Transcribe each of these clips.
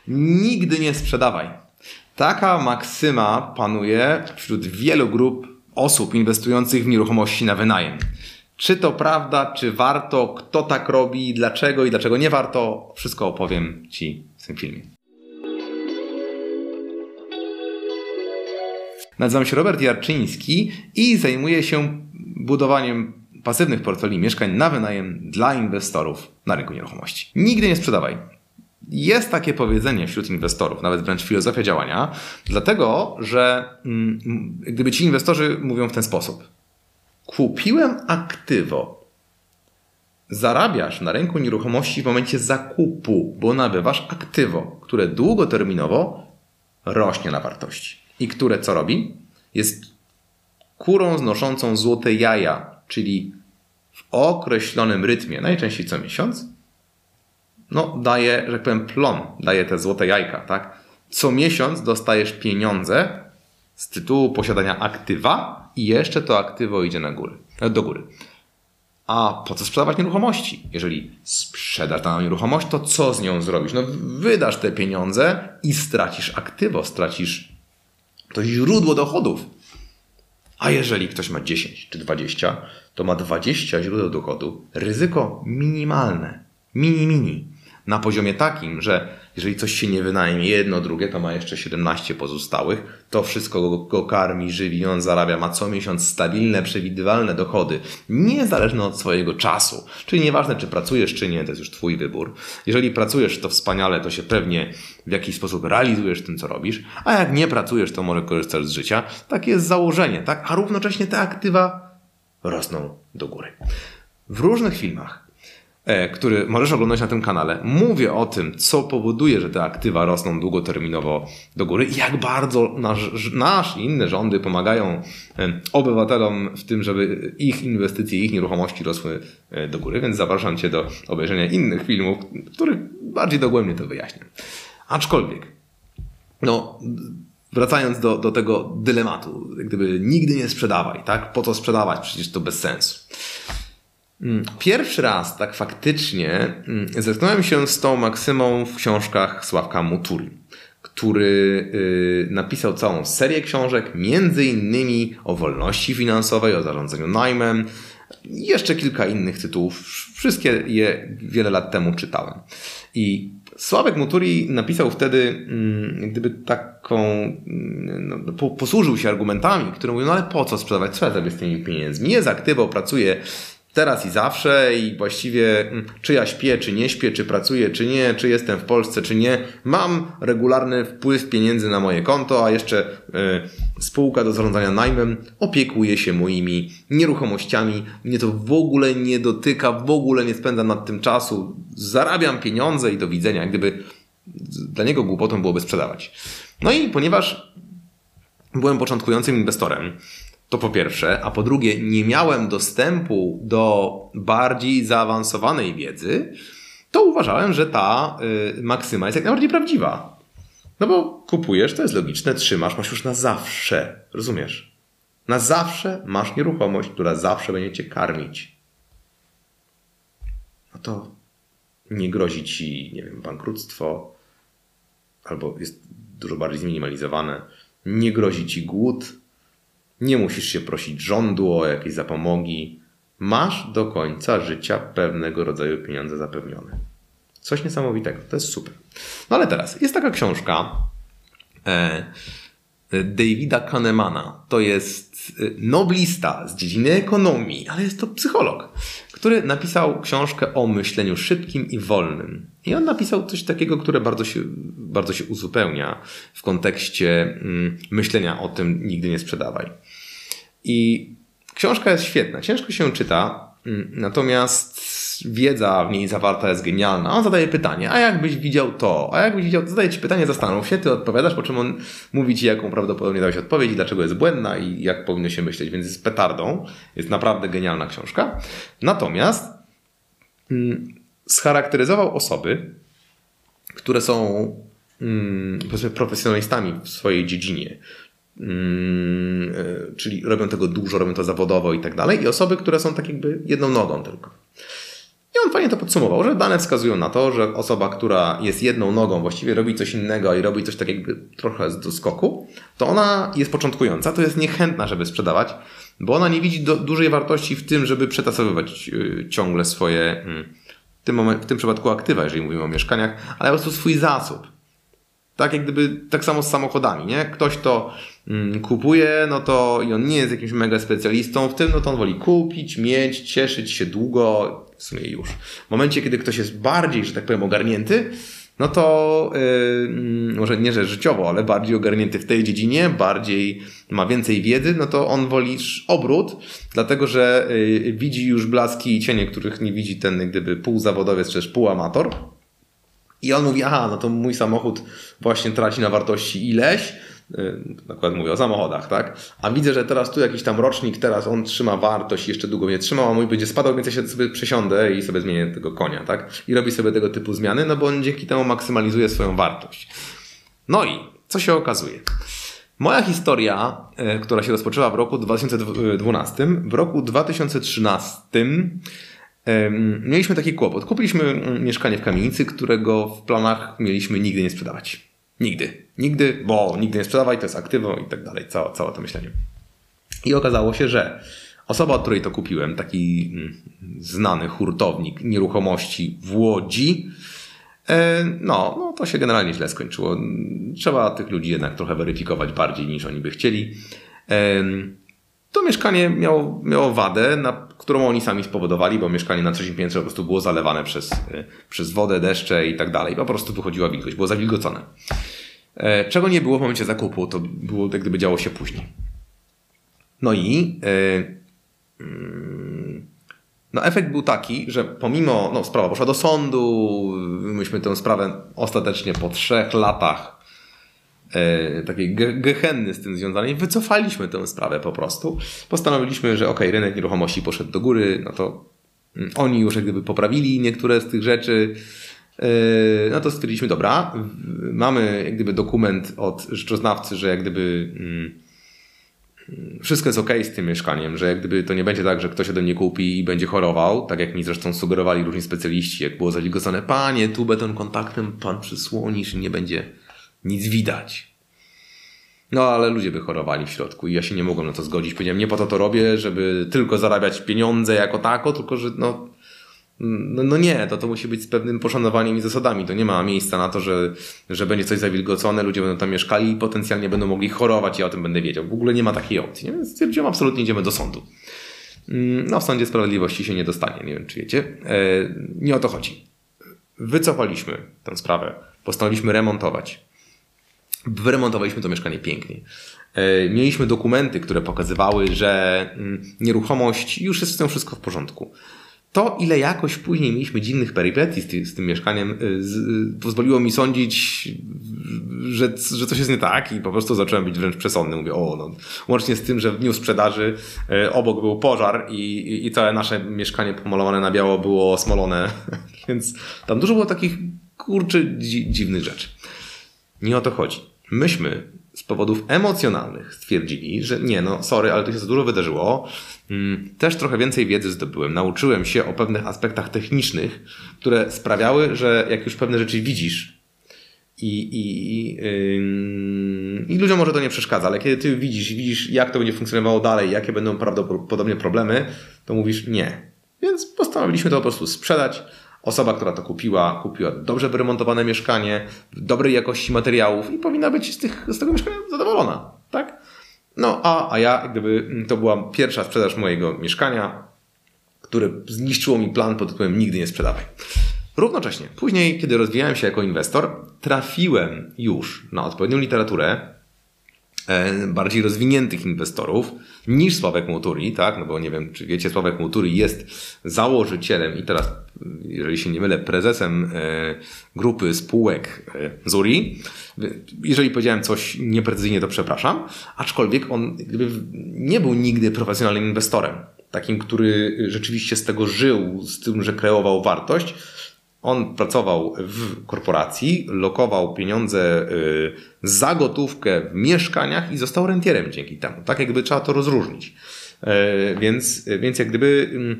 Nigdy nie sprzedawaj. Taka maksyma panuje wśród wielu grup osób inwestujących w nieruchomości na wynajem. Czy to prawda, czy warto, kto tak robi, dlaczego i dlaczego nie warto, wszystko opowiem Ci w tym filmie. Nazywam się Robert Jarczyński i zajmuję się budowaniem pasywnych portfeli mieszkań na wynajem dla inwestorów na rynku nieruchomości. Nigdy nie sprzedawaj. Jest takie powiedzenie wśród inwestorów, nawet wręcz filozofia działania, dlatego, że gdyby ci inwestorzy mówią w ten sposób. Kupiłem aktywo. Zarabiasz na rynku nieruchomości w momencie zakupu, bo nabywasz aktywo, które długoterminowo rośnie na wartości. I które co robi? Jest kurą znoszącą złote jaja, czyli w określonym rytmie, najczęściej co miesiąc, daje, że tak powiem, plon, daje te złote jajka, tak? Co miesiąc dostajesz pieniądze z tytułu posiadania aktywa i jeszcze to aktywo idzie do góry. A po co sprzedawać nieruchomości? Jeżeli sprzedasz daną nieruchomość, to co z nią zrobisz? Wydasz te pieniądze i stracisz aktywo, stracisz to źródło dochodów. A jeżeli ktoś ma 10 czy 20, to ma 20 źródeł dochodu. Ryzyko minimalne. Mini. Na poziomie takim, że jeżeli coś się nie wynajmie jedno, drugie, to ma jeszcze 17 pozostałych. To wszystko go karmi, żywi, on zarabia, ma co miesiąc stabilne, przewidywalne dochody. Niezależne od swojego czasu. Czyli nieważne, czy pracujesz, czy nie, to jest już Twój wybór. Jeżeli pracujesz, to wspaniale, to się pewnie w jakiś sposób realizujesz w tym, co robisz. A jak nie pracujesz, to może korzystasz z życia. Takie jest założenie, tak? A równocześnie te aktywa rosną do góry. W różnych filmach, który możesz oglądać na tym kanale, mówię o tym, co powoduje, że te aktywa rosną długoterminowo do góry i jak bardzo nasz i inne rządy pomagają obywatelom w tym, żeby ich inwestycje, ich nieruchomości rosły do góry, więc zapraszam Cię do obejrzenia innych filmów, w których bardziej dogłębnie to wyjaśnię. Aczkolwiek, wracając do tego dylematu, gdyby nigdy nie sprzedawaj, tak? Po co sprzedawać? Przecież to bez sensu. Pierwszy raz tak faktycznie zetknąłem się z tą maksymą w książkach Sławka Mutuli, który napisał całą serię książek, między innymi o wolności finansowej, o zarządzaniu najmem i jeszcze kilka innych tytułów. Wszystkie je wiele lat temu czytałem. I Sławek Mutuli napisał wtedy, gdyby taką, posłużył się argumentami, które mówią, ale po co sprzedawać, co ja zrobię z tymi pieniędzmi? Jest aktywo, pracuję teraz i zawsze i właściwie czy ja śpię, czy nie śpię, czy pracuję, czy nie, czy jestem w Polsce, czy nie. Mam regularny wpływ pieniędzy na moje konto, a jeszcze spółka do zarządzania najmem opiekuje się moimi nieruchomościami. Mnie to w ogóle nie dotyka, w ogóle nie spędzam nad tym czasu. Zarabiam pieniądze i do widzenia. Jak gdyby dla niego głupotą byłoby sprzedawać. I ponieważ byłem początkującym inwestorem, to po pierwsze, a po drugie nie miałem dostępu do bardziej zaawansowanej wiedzy, to uważałem, że ta maksyma jest jak najbardziej prawdziwa. Bo kupujesz, to jest logiczne, trzymasz, masz już na zawsze, rozumiesz? Na zawsze masz nieruchomość, która zawsze będzie Cię karmić. To nie grozi Ci, nie wiem, bankructwo, albo jest dużo bardziej zminimalizowane, nie grozi Ci głód, nie musisz się prosić rządu o jakieś zapomogi. Masz do końca życia pewnego rodzaju pieniądze zapewnione. Coś niesamowitego. To jest super. Ale teraz jest taka książka Davida Kahnemana. To jest noblista z dziedziny ekonomii, ale jest to psycholog, który napisał książkę o myśleniu szybkim i wolnym. I on napisał coś takiego, które bardzo się uzupełnia w kontekście myślenia o tym nigdy nie sprzedawaj. I książka jest świetna, ciężko się czyta, natomiast wiedza w niej zawarta jest genialna. On zadaje pytanie, a jakbyś widział to? A jakbyś widział, zadaje Ci pytanie, zastanów się, Ty odpowiadasz, po czym on mówi Ci, jaką prawdopodobnie dałeś odpowiedź i dlaczego jest błędna i jak powinno się myśleć, więc jest petardą. Jest naprawdę genialna książka. Natomiast scharakteryzował osoby, które są powiedzmy profesjonalistami w swojej dziedzinie. Czyli robią tego dużo, robią to zawodowo i tak dalej. I osoby, które są tak jakby jedną nogą tylko. I on fajnie to podsumował, że dane wskazują na to, że osoba, która jest jedną nogą, właściwie robi coś innego i robi coś tak jakby trochę z doskoku, to ona jest początkująca, to jest niechętna, żeby sprzedawać, bo ona nie widzi dużej wartości w tym, żeby przetasowywać ciągle swoje, w tym przypadku aktywa, jeżeli mówimy o mieszkaniach, ale po prostu swój zasób. Tak jak gdyby, tak samo z samochodami, nie? Ktoś to kupuje, no to i on nie jest jakimś mega specjalistą w tym, no to on woli kupić, mieć, cieszyć się długo, w sumie już. W momencie, kiedy ktoś jest bardziej, że tak powiem, ogarnięty, no to może nie, że życiowo, ale bardziej ogarnięty w tej dziedzinie, bardziej ma więcej wiedzy, no to on woli obrót, dlatego że widzi już blaski i cienie, których nie widzi ten jak gdyby półzawodowiec, czy też półamator. I on mówi, aha, no to mój samochód właśnie traci na wartości ileś, akurat mówię o samochodach, tak? A widzę, że teraz tu jakiś tam rocznik, teraz on trzyma wartość, jeszcze długo nie trzymał, a mój będzie spadał, więc ja się sobie przesiądę i sobie zmienię tego konia, tak? I robi sobie tego typu zmiany, no bo on dzięki temu maksymalizuje swoją wartość. No i co się okazuje? Moja historia, która się rozpoczęła w roku 2012, w roku 2013 mieliśmy taki kłopot. Kupiliśmy mieszkanie w kamienicy, którego w planach mieliśmy nigdy nie sprzedawać. Nigdy, bo nigdy nie sprzedawaj, to jest aktywo i tak dalej. Całe to myślenie. I okazało się, że osoba, od której to kupiłem, taki znany hurtownik nieruchomości w Łodzi, no to się generalnie źle skończyło. Trzeba tych ludzi jednak trochę weryfikować bardziej niż oni by chcieli. To mieszkanie miało wadę, którą oni sami spowodowali, bo mieszkanie na trzecim piętrze po prostu było zalewane przez wodę, deszcze i tak dalej. Po prostu wychodziła wilgoć, było zawilgocone. Czego nie było w momencie zakupu, to było jak gdyby działo się później. No i efekt był taki, że pomimo, sprawa poszła do sądu, myśmy tę sprawę ostatecznie po 3 latach takiej gehenny z tym związanej, wycofaliśmy tę sprawę po prostu. Postanowiliśmy, że rynek nieruchomości poszedł do góry, no to oni już jak gdyby poprawili niektóre z tych rzeczy, no to stwierdziliśmy, dobra, mamy jak gdyby dokument od rzeczoznawcy, że jak gdyby wszystko jest okej z tym mieszkaniem, że jak gdyby to nie będzie tak, że ktoś ode mnie kupi i będzie chorował, tak jak mi zresztą sugerowali różni specjaliści, jak było zawilgocone, panie, tu beton kontaktem pan przysłonisz i nie będzie nic widać. No ale ludzie by chorowali w środku i ja się nie mogłem na to zgodzić. Powiedziałem, nie po to robię, żeby tylko zarabiać pieniądze jako tako, tylko że nie, to musi być z pewnym poszanowaniem i zasadami. To nie ma miejsca na to, że będzie coś zawilgocone, ludzie będą tam mieszkali i potencjalnie będą mogli chorować i ja o tym będę wiedział. W ogóle nie ma takiej opcji. Nie? Więc stwierdziłem, absolutnie idziemy do sądu. No w Sądzie Sprawiedliwości się nie dostanie, nie wiem czy wiecie. Nie o to chodzi. Wycofaliśmy tę sprawę, postanowiliśmy remontować. Wyremontowaliśmy to mieszkanie pięknie. Mieliśmy dokumenty, które pokazywały, że nieruchomość już jest z tym wszystko w porządku. To, ile jakoś później mieliśmy dziwnych perypetii z tym mieszkaniem, pozwoliło mi sądzić, że coś jest nie tak i po prostu zacząłem być wręcz przesądny. Mówię, łącznie z tym, że w dniu sprzedaży obok był pożar i całe nasze mieszkanie pomalowane na biało było smolone, więc tam dużo było takich dziwnych rzeczy. Nie o to chodzi. Myśmy z powodów emocjonalnych stwierdzili, że sorry, ale tu się za dużo wydarzyło. Też trochę więcej wiedzy zdobyłem. Nauczyłem się o pewnych aspektach technicznych, które sprawiały, że jak już pewne rzeczy widzisz i ludziom może to nie przeszkadza, ale kiedy ty widzisz jak to będzie funkcjonowało dalej, jakie będą prawdopodobnie problemy, to mówisz nie. Więc postanowiliśmy to po prostu sprzedać. Osoba, która to kupiła dobrze wyremontowane mieszkanie, dobrej jakości materiałów i powinna być z tego mieszkania zadowolona, tak? No, a ja, jak gdyby to była pierwsza sprzedaż mojego mieszkania, które zniszczyło mi plan pod tytułem nigdy nie sprzedawaj. Równocześnie, później, kiedy rozwijałem się jako inwestor, trafiłem już na odpowiednią literaturę bardziej rozwiniętych inwestorów niż Sławek Moturi, tak? No bo nie wiem, czy wiecie, Sławek Moturi jest założycielem i teraz, jeżeli się nie mylę, prezesem grupy spółek Zuri. Jeżeli powiedziałem coś nieprecyzyjnie, to przepraszam. Aczkolwiek on nie był nigdy profesjonalnym inwestorem. Takim, który rzeczywiście z tego żył, z tym, że kreował wartość. On pracował w korporacji, lokował pieniądze za gotówkę w mieszkaniach i został rentierem dzięki temu. Tak jakby trzeba to rozróżnić. Więc jak gdyby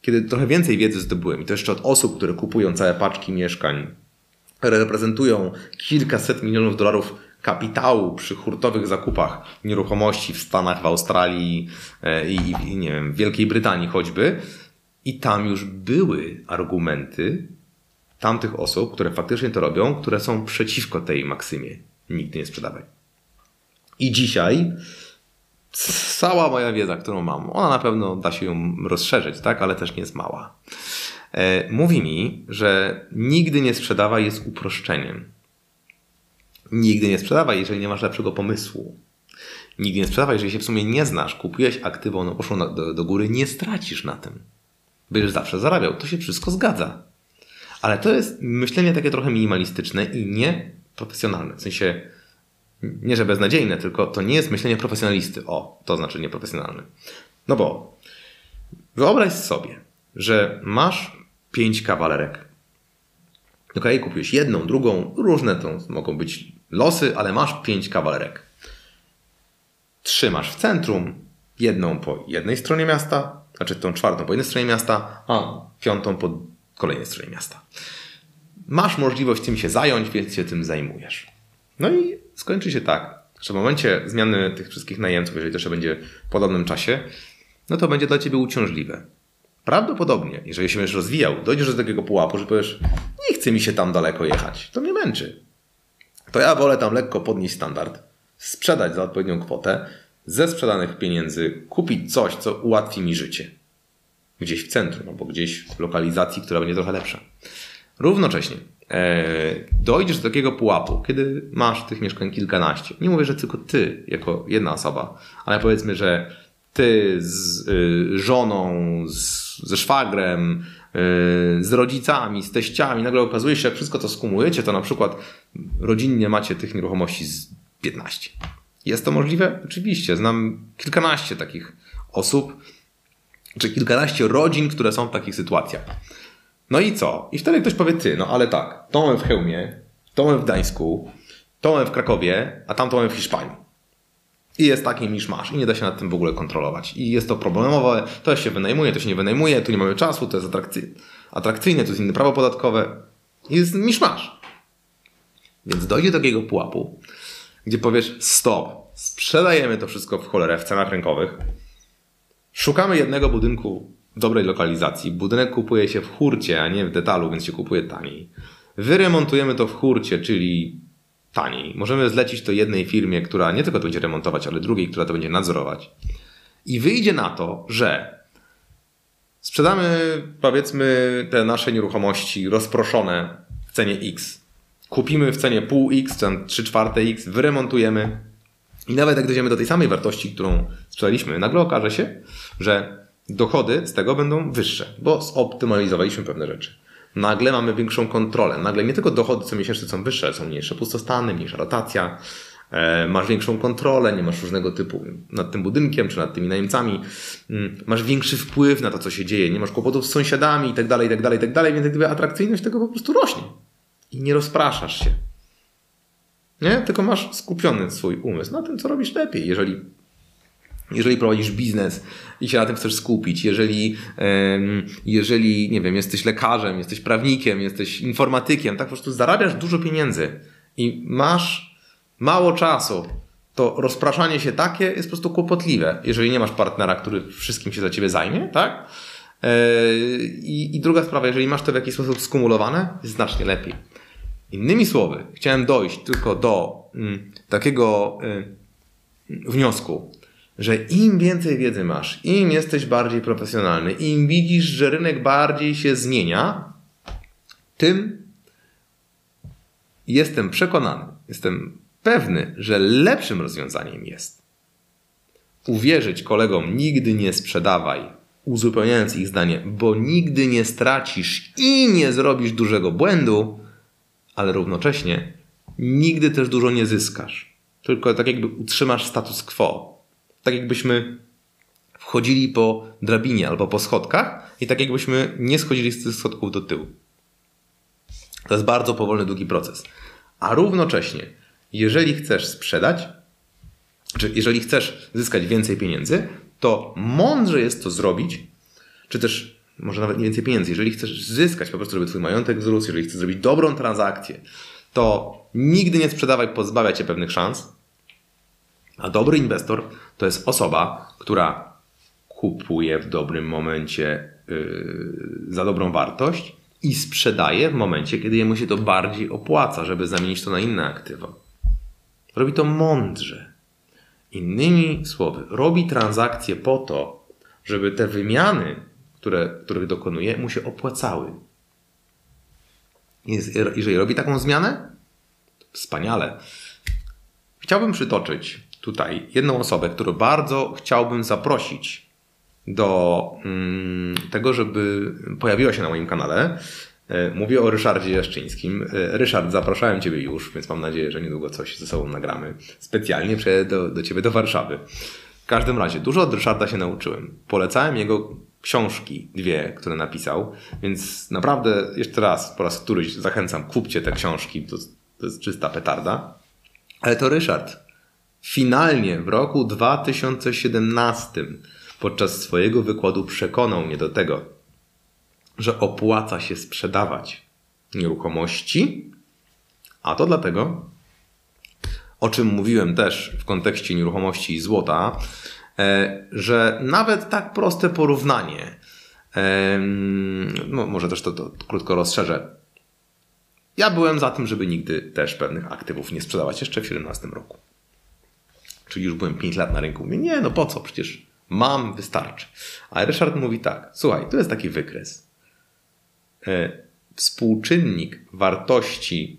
kiedy trochę więcej wiedzy zdobyłem i to jeszcze od osób, które kupują całe paczki mieszkań, reprezentują kilkaset milionów dolarów kapitału przy hurtowych zakupach nieruchomości w Stanach, w Australii i nie wiem, w Wielkiej Brytanii choćby. I tam już były argumenty tamtych osób, które faktycznie to robią, które są przeciwko tej maksymie. Nigdy nie sprzedawaj. I dzisiaj cała moja wiedza, którą mam, ona na pewno da się ją rozszerzyć, tak? Ale też nie jest mała. Mówi mi, że nigdy nie sprzedawaj jest uproszczeniem. Nigdy nie sprzedawaj, jeżeli nie masz lepszego pomysłu. Nigdy nie sprzedawaj, jeżeli się w sumie nie znasz, kupujesz aktywo, ono poszło do góry, nie stracisz na tym. Będziesz zawsze zarabiał. To się wszystko zgadza. Ale to jest myślenie takie trochę minimalistyczne i nieprofesjonalne. W sensie, nie że beznadziejne, tylko to nie jest myślenie profesjonalisty. O, to znaczy nieprofesjonalne. No bo wyobraź sobie, że masz 5 kawalerek. Okej, kupiłeś jedną, drugą, różne to mogą być losy, ale masz 5 kawalerek. 3 masz w centrum, jedną po jednej stronie miasta, znaczy tą 4 po jednej stronie miasta, a 5 po kolejnej stronie miasta. Masz możliwość tym się zająć, więc się tym zajmujesz. No i skończy się tak, że w momencie zmiany tych wszystkich najemców, jeżeli to jeszcze będzie w podobnym czasie, no to będzie dla ciebie uciążliwe. Prawdopodobnie, jeżeli się będziesz rozwijał, dojdziesz do takiego pułapu, że powiesz, nie chce mi się tam daleko jechać, to mnie męczy. To ja wolę tam lekko podnieść standard, sprzedać za odpowiednią kwotę, ze sprzedanych pieniędzy kupić coś, co ułatwi mi życie. Gdzieś w centrum, albo gdzieś w lokalizacji, która będzie trochę lepsza. Równocześnie dojdziesz do takiego pułapu, kiedy masz tych mieszkań kilkanaście. Nie mówię, że tylko ty, jako jedna osoba, ale powiedzmy, że ty z żoną, ze szwagrem, z rodzicami, z teściami, nagle okazuje się, że jak wszystko to skumujecie, to na przykład rodzinnie macie tych nieruchomości z 15. Jest to możliwe? Oczywiście. Znam kilkanaście takich osób, czy kilkanaście rodzin, które są w takich sytuacjach. No i co? I wtedy ktoś powie, ty, no ale tak, to mamy w Chełmie, to mamy w Gdańsku, to mamy w Krakowie, a tamto mamy w Hiszpanii. I jest taki miszmasz i nie da się nad tym w ogóle kontrolować. I jest to problemowe, to się wynajmuje, to się nie wynajmuje, tu nie mamy czasu, to jest atrakcyjne, to jest inne prawo podatkowe. I jest miszmasz. Więc dojdzie do takiego pułapu, gdzie powiesz, stop, sprzedajemy to wszystko w cholerę w cenach rynkowych, szukamy jednego budynku w dobrej lokalizacji, budynek kupuje się w hurcie, a nie w detalu, więc się kupuje taniej. Wyremontujemy to w hurcie, czyli taniej. Możemy zlecić to jednej firmie, która nie tylko to będzie remontować, ale drugiej, która to będzie nadzorować. I wyjdzie na to, że sprzedamy, powiedzmy, te nasze nieruchomości rozproszone w cenie X. Kupimy w cenie pół X, czy 3/4 X, wyremontujemy i nawet jak dojdziemy do tej samej wartości, którą sprzedaliśmy, nagle okaże się, że dochody z tego będą wyższe, bo zoptymalizowaliśmy pewne rzeczy. Nagle mamy większą kontrolę. Nagle nie tylko dochody co miesięczne są wyższe, są mniejsze pustostany, mniejsza rotacja. Masz większą kontrolę, nie masz różnego typu nad tym budynkiem, czy nad tymi najemcami. Masz większy wpływ na to, co się dzieje. Nie masz kłopotów z sąsiadami itd., więc jak gdyby atrakcyjność tego po prostu rośnie. I nie rozpraszasz się. Nie? Tylko masz skupiony swój umysł na tym, co robisz lepiej. Jeżeli prowadzisz biznes i się na tym chcesz skupić, jeżeli nie wiem, jesteś lekarzem, jesteś prawnikiem, jesteś informatykiem, tak po prostu zarabiasz dużo pieniędzy i masz mało czasu, to rozpraszanie się takie jest po prostu kłopotliwe, jeżeli nie masz partnera, który wszystkim się za ciebie zajmie, tak? I druga sprawa, jeżeli masz to w jakiś sposób skumulowane, jest znacznie lepiej. Innymi słowy, chciałem dojść tylko do takiego wniosku, że im więcej wiedzy masz, im jesteś bardziej profesjonalny, im widzisz, że rynek bardziej się zmienia, tym jestem przekonany, jestem pewny, że lepszym rozwiązaniem jest uwierzyć kolegom, nigdy nie sprzedawaj, uzupełniając ich zdanie, bo nigdy nie stracisz i nie zrobisz dużego błędu, ale równocześnie nigdy też dużo nie zyskasz. Tylko tak jakby utrzymasz status quo. Tak jakbyśmy wchodzili po drabinie albo po schodkach i tak jakbyśmy nie schodzili z tych schodków do tyłu. To jest bardzo powolny, długi proces. A równocześnie, jeżeli chcesz sprzedać, czy jeżeli chcesz zyskać więcej pieniędzy, to mądrze jest to zrobić, czy też może nawet nie więcej pieniędzy, jeżeli chcesz zyskać po prostu, żeby twój majątek wzrósł, jeżeli chcesz zrobić dobrą transakcję, to nigdy nie sprzedawaj, pozbawia cię pewnych szans. A dobry inwestor to jest osoba, która kupuje w dobrym momencie za dobrą wartość i sprzedaje w momencie, kiedy jemu się to bardziej opłaca, żeby zamienić to na inne aktywa. Robi to mądrze. Innymi słowy, robi transakcje po to, żeby te wymiany, których dokonuje, mu się opłacały. Jeżeli robi taką zmianę, wspaniale. Chciałbym przytoczyć tutaj jedną osobę, którą bardzo chciałbym zaprosić do tego, żeby pojawiła się na moim kanale. Mówię o Ryszardzie Jaszczyńskim. Ryszard, zapraszałem Ciebie już, więc mam nadzieję, że niedługo coś ze sobą nagramy. Specjalnie przyjadę do Ciebie do Warszawy. W każdym razie, dużo od Ryszarda się nauczyłem. Polecałem jego książki, 2, które napisał, więc naprawdę jeszcze raz, po raz któryś zachęcam, kupcie te książki, to jest czysta petarda. Ale to Ryszard finalnie w roku 2017 podczas swojego wykładu przekonał mnie do tego, że opłaca się sprzedawać nieruchomości, a to dlatego, o czym mówiłem też w kontekście nieruchomości i złota, że nawet tak proste porównanie, no może też to krótko rozszerzę. Ja byłem za tym, żeby nigdy też pewnych aktywów nie sprzedawać jeszcze w 2017 roku. Czyli już byłem 5 lat na rynku. Mówię, nie, no po co? Przecież mam, wystarczy. A Ryszard mówi tak, słuchaj, tu jest taki wykres. Współczynnik wartości,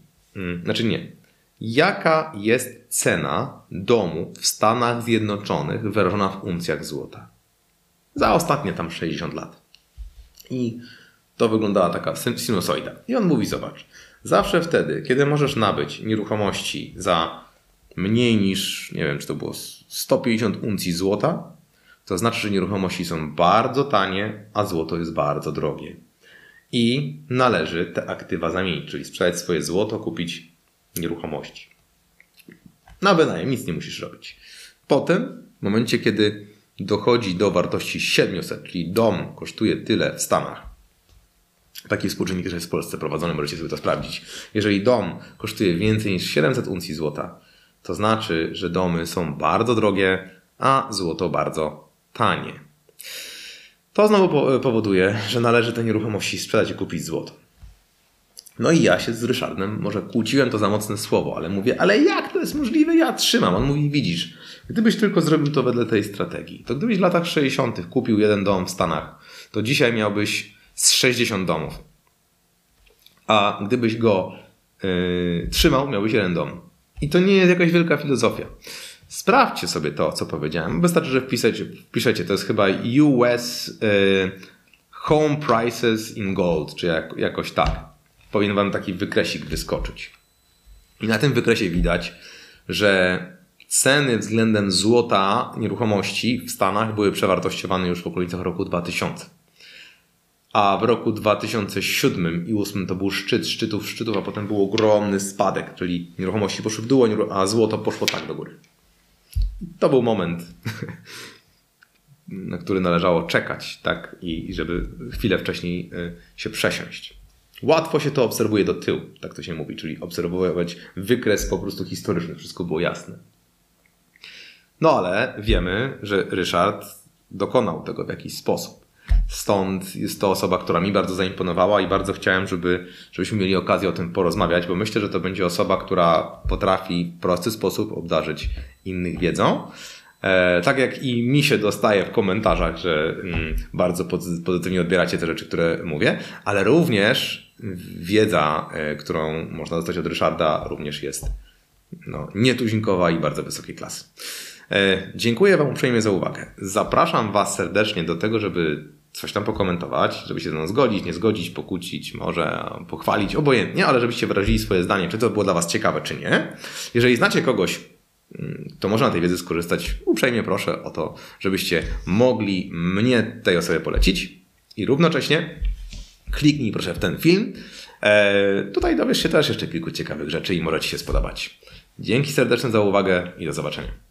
jaka jest cena domu w Stanach Zjednoczonych wyrażona w uncjach złota? Za ostatnie tam 60 lat. I to wyglądała taka sinusoida. I on mówi, zobacz, zawsze wtedy, kiedy możesz nabyć nieruchomości za mniej niż, nie wiem, czy to było 150 uncji złota, to znaczy, że nieruchomości są bardzo tanie, a złoto jest bardzo drogie. I należy te aktywa zamienić, czyli sprzedać swoje złoto, kupić nieruchomości. Na wynajem nic nie musisz robić. Potem, w momencie, kiedy dochodzi do wartości 700, czyli dom kosztuje tyle w Stanach, taki współczynnik też jest w Polsce prowadzony, możecie sobie to sprawdzić. Jeżeli dom kosztuje więcej niż 700 uncji złota, to znaczy, że domy są bardzo drogie, a złoto bardzo tanie. To znowu powoduje, że należy te nieruchomości sprzedać i kupić złoto. No i ja się z Ryszardem, może kłóciłem to za mocne słowo, ale mówię, ale jak to jest możliwe? Ja trzymam. On mówi, widzisz, gdybyś tylko zrobił to wedle tej strategii, to gdybyś w latach 60. kupił jeden dom w Stanach, to dzisiaj miałbyś z 60 domów. A gdybyś go trzymał, miałbyś jeden dom. I to nie jest jakaś wielka filozofia. Sprawdźcie sobie to, co powiedziałem. Wystarczy, że wpiszecie. To jest chyba US Home Prices in Gold, czy jakoś tak. Powinien wam taki wykresik wyskoczyć. I na tym wykresie widać, że ceny względem złota nieruchomości w Stanach były przewartościowane już w okolicach roku 2000. A w roku 2007 i 2008 to był szczyt szczytów, a potem był ogromny spadek, czyli nieruchomości poszły w dół, a złoto poszło tak do góry. To był moment, na który należało czekać, tak? I żeby chwilę wcześniej się przesiąść. Łatwo się to obserwuje do tyłu, tak to się mówi, czyli obserwować wykres po prostu historyczny, wszystko było jasne. No ale wiemy, że Ryszard dokonał tego w jakiś sposób. Stąd jest to osoba, która mi bardzo zaimponowała i bardzo chciałem, żebyśmy mieli okazję o tym porozmawiać, bo myślę, że to będzie osoba, która potrafi w prosty sposób obdarzyć innych wiedzą. Tak jak i mi się dostaje w komentarzach, że bardzo pozytywnie odbieracie te rzeczy, które mówię, ale również wiedza, którą można dostać od Ryszarda, również jest nietuzinkowa i bardzo wysokiej klasy. Dziękuję wam uprzejmie za uwagę. Zapraszam was serdecznie do tego, żeby coś tam pokomentować, żeby się ze mną zgodzić, nie zgodzić, pokłócić, może pochwalić, obojętnie, ale żebyście wyrazili swoje zdanie, czy to było dla was ciekawe, czy nie. Jeżeli znacie kogoś, to można na tej wiedzy skorzystać. Uprzejmie proszę o to, żebyście mogli mnie tej osobie polecić i równocześnie kliknij proszę w ten film. Tutaj dowiesz się też jeszcze kilku ciekawych rzeczy i może ci się spodobać. Dzięki serdeczne za uwagę i do zobaczenia.